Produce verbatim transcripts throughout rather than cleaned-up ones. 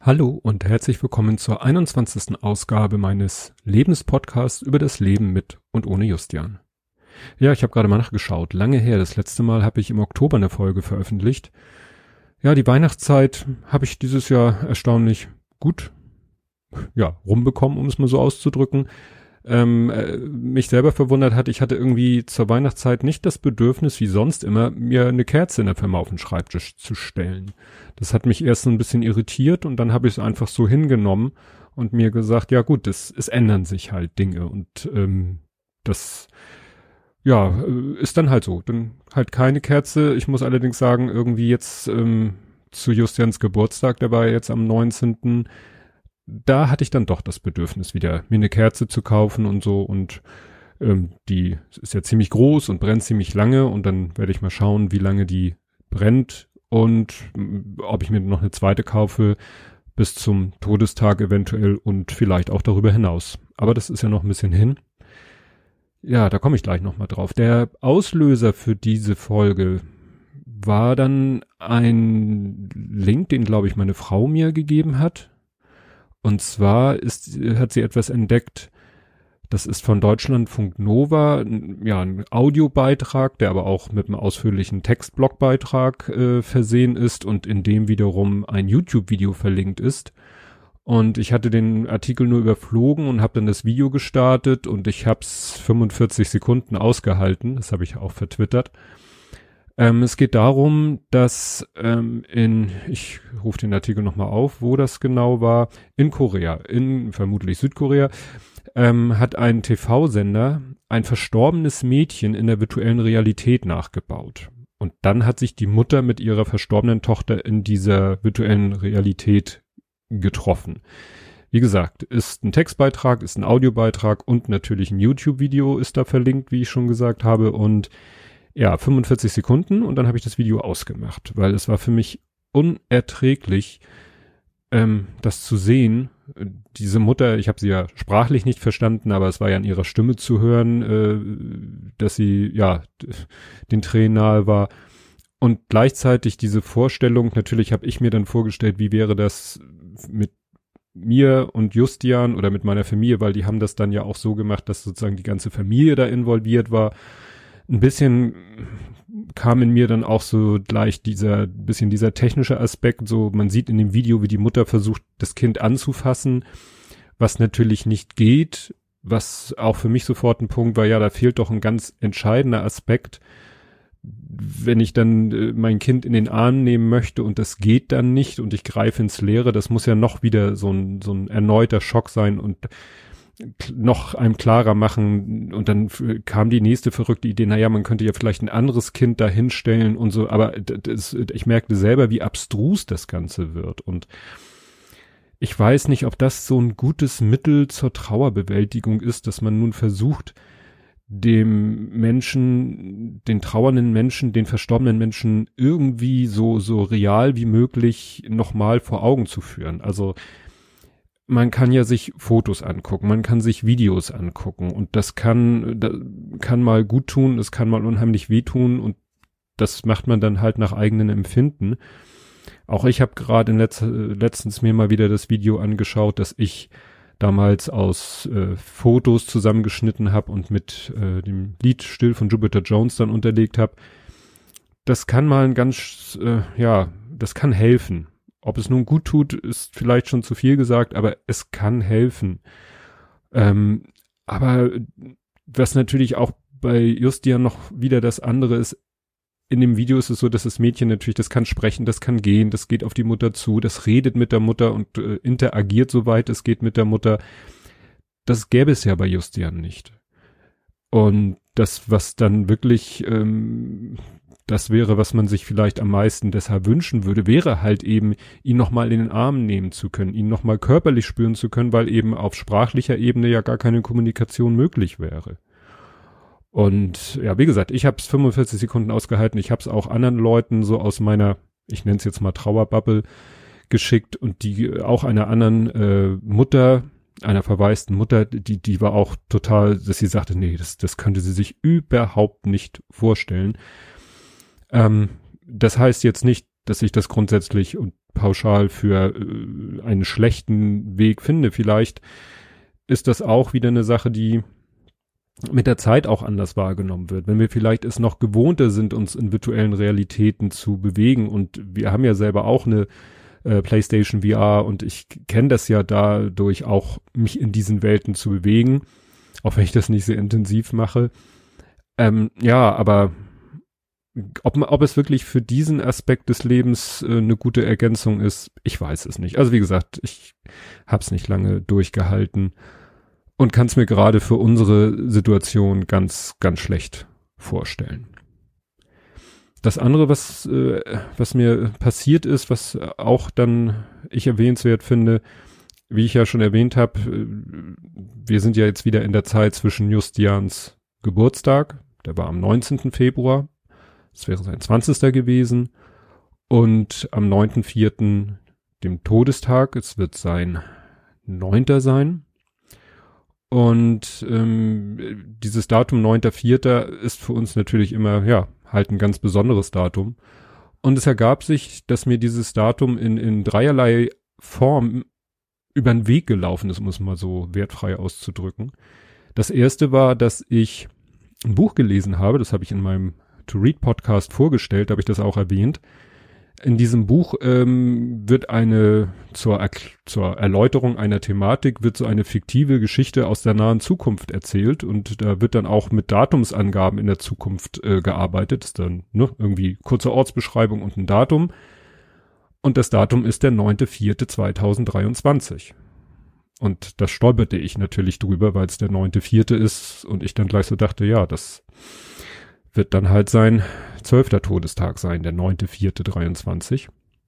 Hallo und herzlich willkommen zur einundzwanzigsten Ausgabe meines Lebenspodcasts über das Leben mit und ohne Justian. Ja, ich habe gerade mal nachgeschaut. Lange her. Das letzte Mal habe ich im Oktober eine Folge veröffentlicht. Ja, die Weihnachtszeit habe ich dieses Jahr erstaunlich gut, ja, rumbekommen, um es mal so auszudrücken. Ähm, äh, mich selber verwundert hat, ich hatte irgendwie zur Weihnachtszeit nicht das Bedürfnis, wie sonst immer, mir eine Kerze in der Firma auf den Schreibtisch zu stellen. Das hat mich erst so ein bisschen irritiert und dann habe ich es einfach so hingenommen und mir gesagt, ja gut, das, es ändern sich halt Dinge und ähm, das, ja, ist dann halt so. Dann halt keine Kerze. Ich muss allerdings sagen, irgendwie jetzt ähm, zu Justians Geburtstag, der war jetzt am neunzehnten Da hatte ich dann doch das Bedürfnis, wieder mir eine Kerze zu kaufen und so und ähm, die ist ja ziemlich groß und brennt ziemlich lange und dann werde ich mal schauen, wie lange die brennt und äh, ob ich mir noch eine zweite kaufe bis zum Todestag eventuell und vielleicht auch darüber hinaus. Aber das ist ja noch ein bisschen hin. Ja, da komme ich gleich nochmal drauf. Der Auslöser für diese Folge war dann ein Link, den glaube ich meine Frau mir gegeben hat. Und zwar ist, hat sie etwas entdeckt, das ist von Deutschlandfunk Nova, ja, ein Audiobeitrag, der aber auch mit einem ausführlichen Textblogbeitrag äh, versehen ist und in dem wiederum ein YouTube-Video verlinkt ist. Und ich hatte den Artikel nur überflogen und habe dann das Video gestartet und ich habe es fünfundvierzig Sekunden ausgehalten, das habe ich auch vertwittert. Ähm, es geht darum, dass ähm, in, ich rufe den Artikel nochmal auf, wo das genau war, in Korea, in vermutlich Südkorea, ähm, hat ein T V-Sender ein verstorbenes Mädchen in der virtuellen Realität nachgebaut. Und dann hat sich die Mutter mit ihrer verstorbenen Tochter in dieser virtuellen Realität getroffen. Wie gesagt, ist ein Textbeitrag, ist ein Audiobeitrag und natürlich ein YouTube-Video ist da verlinkt, wie ich schon gesagt habe, und ja, fünfundvierzig Sekunden und dann habe ich das Video ausgemacht, weil es war für mich unerträglich, ähm, das zu sehen. Diese Mutter, ich habe sie ja sprachlich nicht verstanden, aber es war ja in ihrer Stimme zu hören, äh, dass sie ja den Tränen nahe war. Und gleichzeitig diese Vorstellung, natürlich habe ich mir dann vorgestellt, wie wäre das mit mir und Justian oder mit meiner Familie, weil die haben das dann ja auch so gemacht, dass sozusagen die ganze Familie da involviert war. Ein bisschen kam in mir dann auch so gleich dieser, bisschen dieser technische Aspekt, so man sieht in dem Video, wie die Mutter versucht, das Kind anzufassen, was natürlich nicht geht, was auch für mich sofort ein Punkt war, ja, da fehlt doch ein ganz entscheidender Aspekt, wenn ich dann äh, mein Kind in den Arm nehmen möchte und das geht dann nicht und ich greife ins Leere, das muss ja noch wieder so ein, so ein erneuter Schock sein und noch einem klarer machen und dann kam die nächste verrückte Idee, naja, man könnte ja vielleicht ein anderes Kind da hinstellen und so, aber das, ich merkte selber, wie abstrus das Ganze wird und ich weiß nicht, ob das so ein gutes Mittel zur Trauerbewältigung ist, dass man nun versucht, dem Menschen, den trauernden Menschen, den verstorbenen Menschen irgendwie so, so real wie möglich nochmal vor Augen zu führen. Also man kann ja sich Fotos angucken, man kann sich Videos angucken und das kann, das kann mal gut tun, es kann mal unheimlich wehtun und das macht man dann halt nach eigenen Empfinden. Auch ich habe gerade letzt, letztens mir mal wieder das Video angeschaut, das ich damals aus äh, Fotos zusammengeschnitten habe und mit äh, dem Lied Still von Jupiter Jones dann unterlegt habe. Das kann mal ein ganz, äh, ja, das kann helfen. Ob es nun gut tut, ist vielleicht schon zu viel gesagt, aber es kann helfen. Ähm, aber was natürlich auch bei Justian noch wieder das andere ist, in dem Video ist es so, dass das Mädchen natürlich, das kann sprechen, das kann gehen, das geht auf die Mutter zu, das redet mit der Mutter und äh, interagiert soweit es geht mit der Mutter. Das gäbe es ja bei Justian nicht. Und das, was dann wirklich ähm, das wäre, was man sich vielleicht am meisten deshalb wünschen würde, wäre halt eben, ihn nochmal in den Arm nehmen zu können, ihn nochmal körperlich spüren zu können, weil eben auf sprachlicher Ebene ja gar keine Kommunikation möglich wäre. Und ja, wie gesagt, ich habe es fünfundvierzig Sekunden ausgehalten, ich habe es auch anderen Leuten so aus meiner, ich nenne es jetzt mal Trauerbubble, geschickt und die auch einer anderen äh, Mutter, einer verwaisten Mutter, die die war auch total, dass sie sagte, nee, das das könnte sie sich überhaupt nicht vorstellen. Ähm, das heißt jetzt nicht, dass ich das grundsätzlich und pauschal für äh, einen schlechten Weg finde. Vielleicht ist das auch wieder eine Sache, die mit der Zeit auch anders wahrgenommen wird. Wenn wir vielleicht es noch gewohnter sind, uns in virtuellen Realitäten zu bewegen, und wir haben ja selber auch eine äh, PlayStation V R und ich kenne das ja dadurch auch, mich in diesen Welten zu bewegen, auch wenn ich das nicht sehr intensiv mache. Ähm, ja, aber ob, ob es wirklich für diesen Aspekt des Lebens äh, eine gute Ergänzung ist, ich weiß es nicht. Also wie gesagt, ich habe es nicht lange durchgehalten und kann es mir gerade für unsere Situation ganz, ganz schlecht vorstellen. Das andere, was, äh, was mir passiert ist, was auch dann ich erwähnenswert finde, wie ich ja schon erwähnt habe, äh, wir sind ja jetzt wieder in der Zeit zwischen Justians Geburtstag, der war am neunzehnten Februar, das wäre sein zwanzigster gewesen, und am neunten vierten dem Todestag, es wird sein neunter sein. Und ähm, dieses Datum neunter vierter ist für uns natürlich immer, ja, halt ein ganz besonderes Datum. Und es ergab sich, dass mir dieses Datum in, in dreierlei Form über den Weg gelaufen ist, um es mal so wertfrei auszudrücken. Das erste war, dass ich ein Buch gelesen habe, das habe ich in meinem To-Read-Podcast vorgestellt, habe ich das auch erwähnt. In diesem Buch ähm, wird eine, zur, Erk- zur Erläuterung einer Thematik, wird so eine fiktive Geschichte aus der nahen Zukunft erzählt, und da wird dann auch mit Datumsangaben in der Zukunft äh, gearbeitet. Das ist dann ne, irgendwie kurze Ortsbeschreibung und ein Datum. Und das Datum ist der neunter vierter zweitausenddreiundzwanzig. Und das stolperte ich natürlich drüber, weil es der neunter vierter ist und ich dann gleich so dachte, ja, das wird dann halt sein zwölfter Todestag sein, der neunter vierter dreiundzwanzig.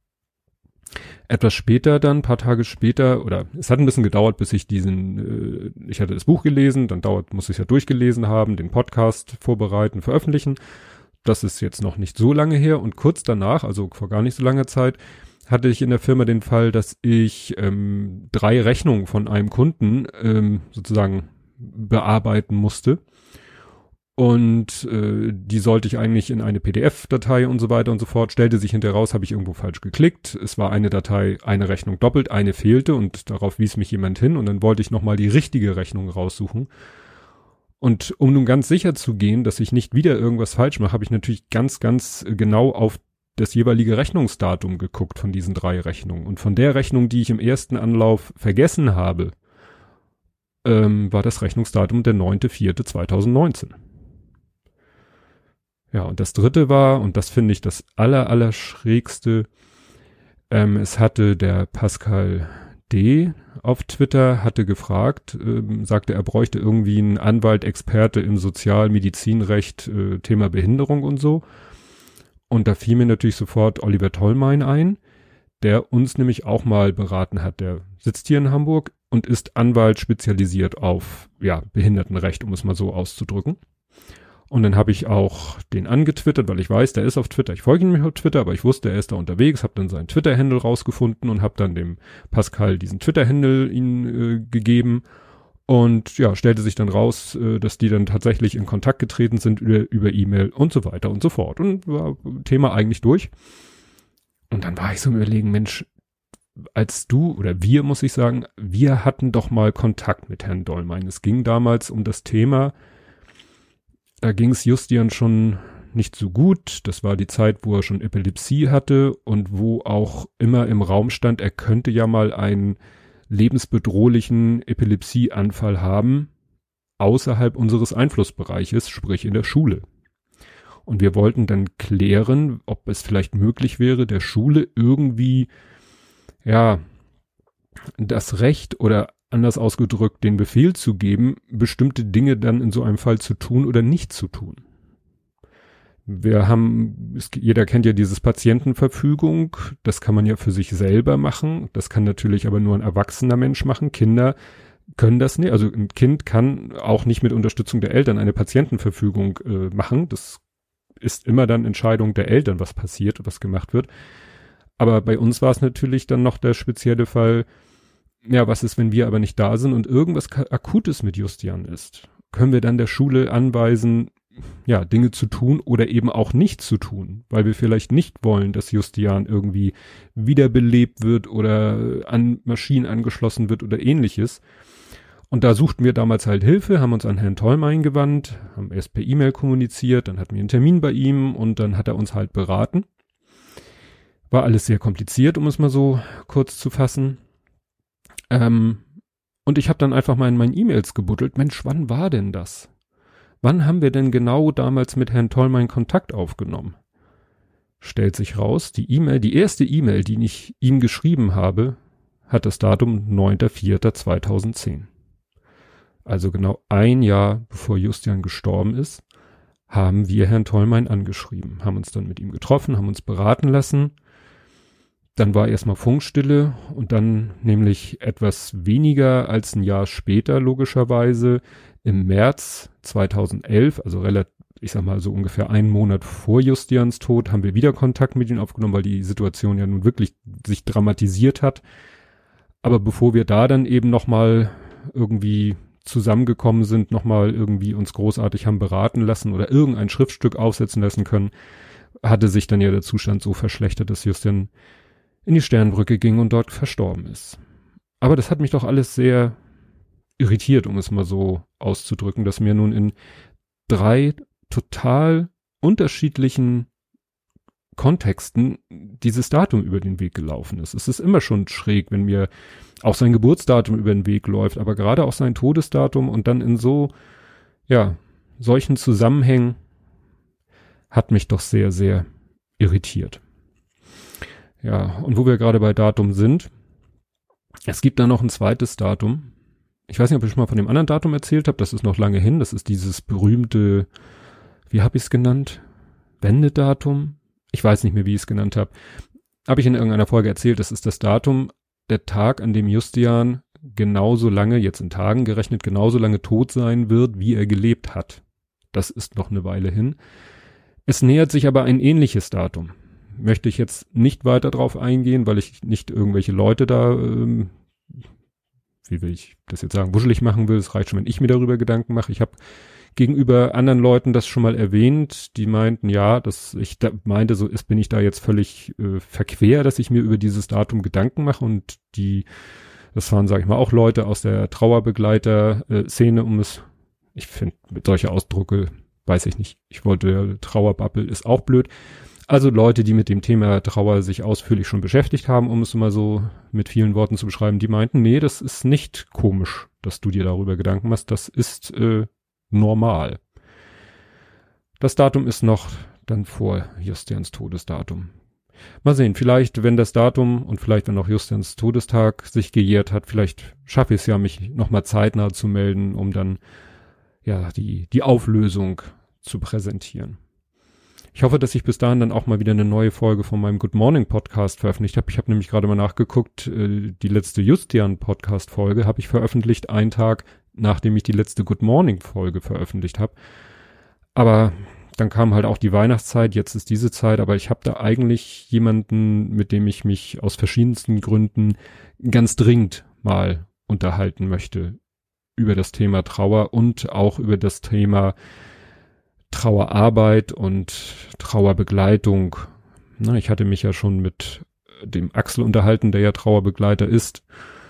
Etwas später dann, ein paar Tage später, oder es hat ein bisschen gedauert, bis ich diesen, äh, ich hatte das Buch gelesen, dann dauert, muss ich es ja durchgelesen haben, den Podcast vorbereiten, veröffentlichen. Das ist jetzt noch nicht so lange her, und kurz danach, also vor gar nicht so langer Zeit, hatte ich in der Firma den Fall, dass ich ähm, drei Rechnungen von einem Kunden ähm, sozusagen bearbeiten musste. Und äh, die sollte ich eigentlich in eine P D F-Datei und so weiter und so fort. Stellte sich hinterher raus, habe ich irgendwo falsch geklickt. Es war eine Datei, eine Rechnung doppelt, eine fehlte, und darauf wies mich jemand hin. Und dann wollte ich nochmal die richtige Rechnung raussuchen. Und um nun ganz sicher zu gehen, dass ich nicht wieder irgendwas falsch mache, habe ich natürlich ganz, ganz genau auf das jeweilige Rechnungsdatum geguckt von diesen drei Rechnungen. Und von der Rechnung, die ich im ersten Anlauf vergessen habe, ähm, war das Rechnungsdatum der neunter vierter zweitausendneunzehn. Ja, und das dritte war, und das finde ich das aller, aller schrägste, ähm, es hatte der Pascal D. auf Twitter, hatte gefragt, ähm, sagte, er bräuchte irgendwie einen Anwalt, Experte im Sozialmedizinrecht, äh, Thema Behinderung und so. Und da fiel mir natürlich sofort Oliver Tollmein ein, der uns nämlich auch mal beraten hat. Der sitzt hier in Hamburg und ist Anwalt spezialisiert auf, ja, Behindertenrecht, um es mal so auszudrücken. Und dann habe ich auch den angetwittert, weil ich weiß, der ist auf Twitter. Ich folge ihm nicht auf Twitter, aber ich wusste, er ist da unterwegs, habe dann seinen Twitter-Handle rausgefunden und habe dann dem Pascal diesen Twitter-Handle ihn äh, gegeben. Und ja, stellte sich dann raus, äh, dass die dann tatsächlich in Kontakt getreten sind über, über E-Mail und so weiter und so fort. Und war Thema eigentlich durch. Und dann war ich so im Überlegen, Mensch, als du oder wir, muss ich sagen, wir hatten doch mal Kontakt mit Herrn Dollmein. Es ging damals um das Thema, da ging es Justian schon nicht so gut. Das war die Zeit, wo er schon Epilepsie hatte und wo auch immer im Raum stand, er könnte ja mal einen lebensbedrohlichen Epilepsieanfall haben, außerhalb unseres Einflussbereiches, sprich in der Schule. Und wir wollten dann klären, ob es vielleicht möglich wäre, der Schule irgendwie, ja, das Recht oder anders ausgedrückt, den Befehl zu geben, bestimmte Dinge dann in so einem Fall zu tun oder nicht zu tun. Wir haben, es, jeder kennt ja dieses Patientenverfügung, das kann man ja für sich selber machen, das kann natürlich aber nur ein erwachsener Mensch machen. Kinder können das nicht, also ein Kind kann auch nicht mit Unterstützung der Eltern eine Patientenverfügung äh, machen, das ist immer dann Entscheidung der Eltern, was passiert, was gemacht wird. Aber bei uns war es natürlich dann noch der spezielle Fall, ja, was ist, wenn wir aber nicht da sind und irgendwas Akutes mit Justian ist? Können wir dann der Schule anweisen, ja, Dinge zu tun oder eben auch nicht zu tun, weil wir vielleicht nicht wollen, dass Justian irgendwie wiederbelebt wird oder an Maschinen angeschlossen wird oder ähnliches. Und da suchten wir damals halt Hilfe, haben uns an Herrn Tollmein gewandt, haben erst per E-Mail kommuniziert, dann hatten wir einen Termin bei ihm und dann hat er uns halt beraten. War alles sehr kompliziert, um es mal so kurz zu fassen. Ähm, und ich habe dann einfach mal in meinen E-Mails gebuddelt, Mensch, wann war denn das? Wann haben wir denn genau damals mit Herrn Tollmein Kontakt aufgenommen? Stellt sich raus, die E-Mail, die erste E-Mail, die ich ihm geschrieben habe, hat das Datum neunter vierter zweitausendzehn. Also genau ein Jahr bevor Justian gestorben ist, haben wir Herrn Tollmein angeschrieben, haben uns dann mit ihm getroffen, haben uns beraten lassen. Dann war erstmal Funkstille und dann nämlich etwas weniger als ein Jahr später logischerweise im März zweitausendelf, also relativ, ich sag mal so ungefähr einen Monat vor Justians Tod, haben wir wieder Kontakt mit ihm aufgenommen, weil die Situation ja nun wirklich sich dramatisiert hat. Aber bevor wir da dann eben nochmal irgendwie zusammengekommen sind, nochmal irgendwie uns großartig haben beraten lassen oder irgendein Schriftstück aufsetzen lassen können, hatte sich dann ja der Zustand so verschlechtert, dass Justian in die Sternbrücke ging und dort verstorben ist. Aber das hat mich doch alles sehr irritiert, um es mal so auszudrücken, dass mir nun in drei total unterschiedlichen Kontexten dieses Datum über den Weg gelaufen ist. Es ist immer schon schräg, wenn mir auch sein Geburtsdatum über den Weg läuft, aber gerade auch sein Todesdatum und dann in so, ja, solchen Zusammenhängen hat mich doch sehr, sehr irritiert. Ja, und wo wir gerade bei Datum sind, es gibt da noch ein zweites Datum. Ich weiß nicht, ob ich schon mal von dem anderen Datum erzählt habe, das ist noch lange hin, das ist dieses berühmte, wie habe ich es genannt? Wendedatum? Ich weiß nicht mehr, wie ich es genannt habe. Habe ich in irgendeiner Folge erzählt, das ist das Datum, der Tag, an dem Justian genauso lange, jetzt in Tagen gerechnet, genauso lange tot sein wird, wie er gelebt hat. Das ist noch eine Weile hin. Es nähert sich aber ein ähnliches Datum. Möchte ich jetzt nicht weiter drauf eingehen, weil ich nicht irgendwelche Leute da, ähm, wie will ich das jetzt sagen, wuschelig machen will. Es reicht schon, wenn ich mir darüber Gedanken mache. Ich habe gegenüber anderen Leuten das schon mal erwähnt, die meinten, ja, dass ich da meinte, so ist, bin ich da jetzt völlig äh, verquer, dass ich mir über dieses Datum Gedanken mache und die, das waren, sage ich mal, auch Leute aus der Trauerbegleiter-Szene, um es, ich finde, mit solcher Ausdrucke, weiß ich nicht, ich wollte, Trauerbubble ist auch blöd. Also Leute, die mit dem Thema Trauer sich ausführlich schon beschäftigt haben, um es mal so mit vielen Worten zu beschreiben, die meinten, nee, das ist nicht komisch, dass du dir darüber Gedanken machst, das ist äh, normal. Das Datum ist noch dann vor Justians Todesdatum. Mal sehen, vielleicht, wenn das Datum und vielleicht, wenn auch Justians Todestag sich gejährt hat, vielleicht schaffe ich es ja, mich nochmal zeitnah zu melden, um dann ja die die Auflösung zu präsentieren. Ich hoffe, dass ich bis dahin dann auch mal wieder eine neue Folge von meinem Good Morning Podcast veröffentlicht habe. Ich habe nämlich gerade mal nachgeguckt, äh, die letzte Justian Podcast Folge habe ich veröffentlicht, einen Tag nachdem ich die letzte Good Morning Folge veröffentlicht habe. Aber dann kam halt auch die Weihnachtszeit, jetzt ist diese Zeit, aber ich habe da eigentlich jemanden, mit dem ich mich aus verschiedensten Gründen ganz dringend mal unterhalten möchte über das Thema Trauer und auch über das Thema Trauerarbeit und Trauerbegleitung. Na, ich hatte mich ja schon mit dem Axel unterhalten, der ja Trauerbegleiter ist.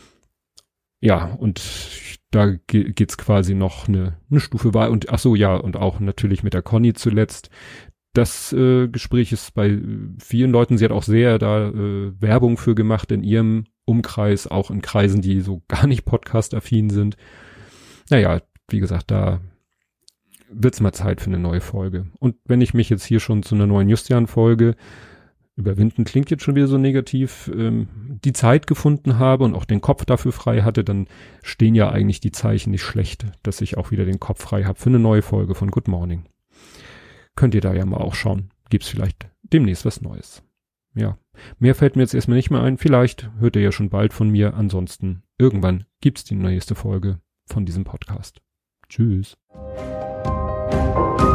Ja, und da ge- geht's quasi noch eine, eine Stufe weiter. Und ach so, ja, und auch natürlich mit der Conny zuletzt. Das äh, Gespräch ist bei vielen Leuten, sie hat auch sehr da äh, Werbung für gemacht in ihrem Umkreis, auch in Kreisen, die so gar nicht podcast-affin sind. Naja, wie gesagt, da wird's mal Zeit für eine neue Folge. Und wenn ich mich jetzt hier schon zu einer neuen Justian-Folge, überwinden klingt jetzt schon wieder so negativ, ähm, die Zeit gefunden habe und auch den Kopf dafür frei hatte, dann stehen ja eigentlich die Zeichen nicht schlecht, dass ich auch wieder den Kopf frei habe für eine neue Folge von Good Morning. Könnt ihr da ja mal auch schauen. Gibt's vielleicht demnächst was Neues. Ja, mehr fällt mir jetzt erstmal nicht mehr ein. Vielleicht hört ihr ja schon bald von mir. Ansonsten irgendwann gibt's die nächste Folge von diesem Podcast. Tschüss. Thank you.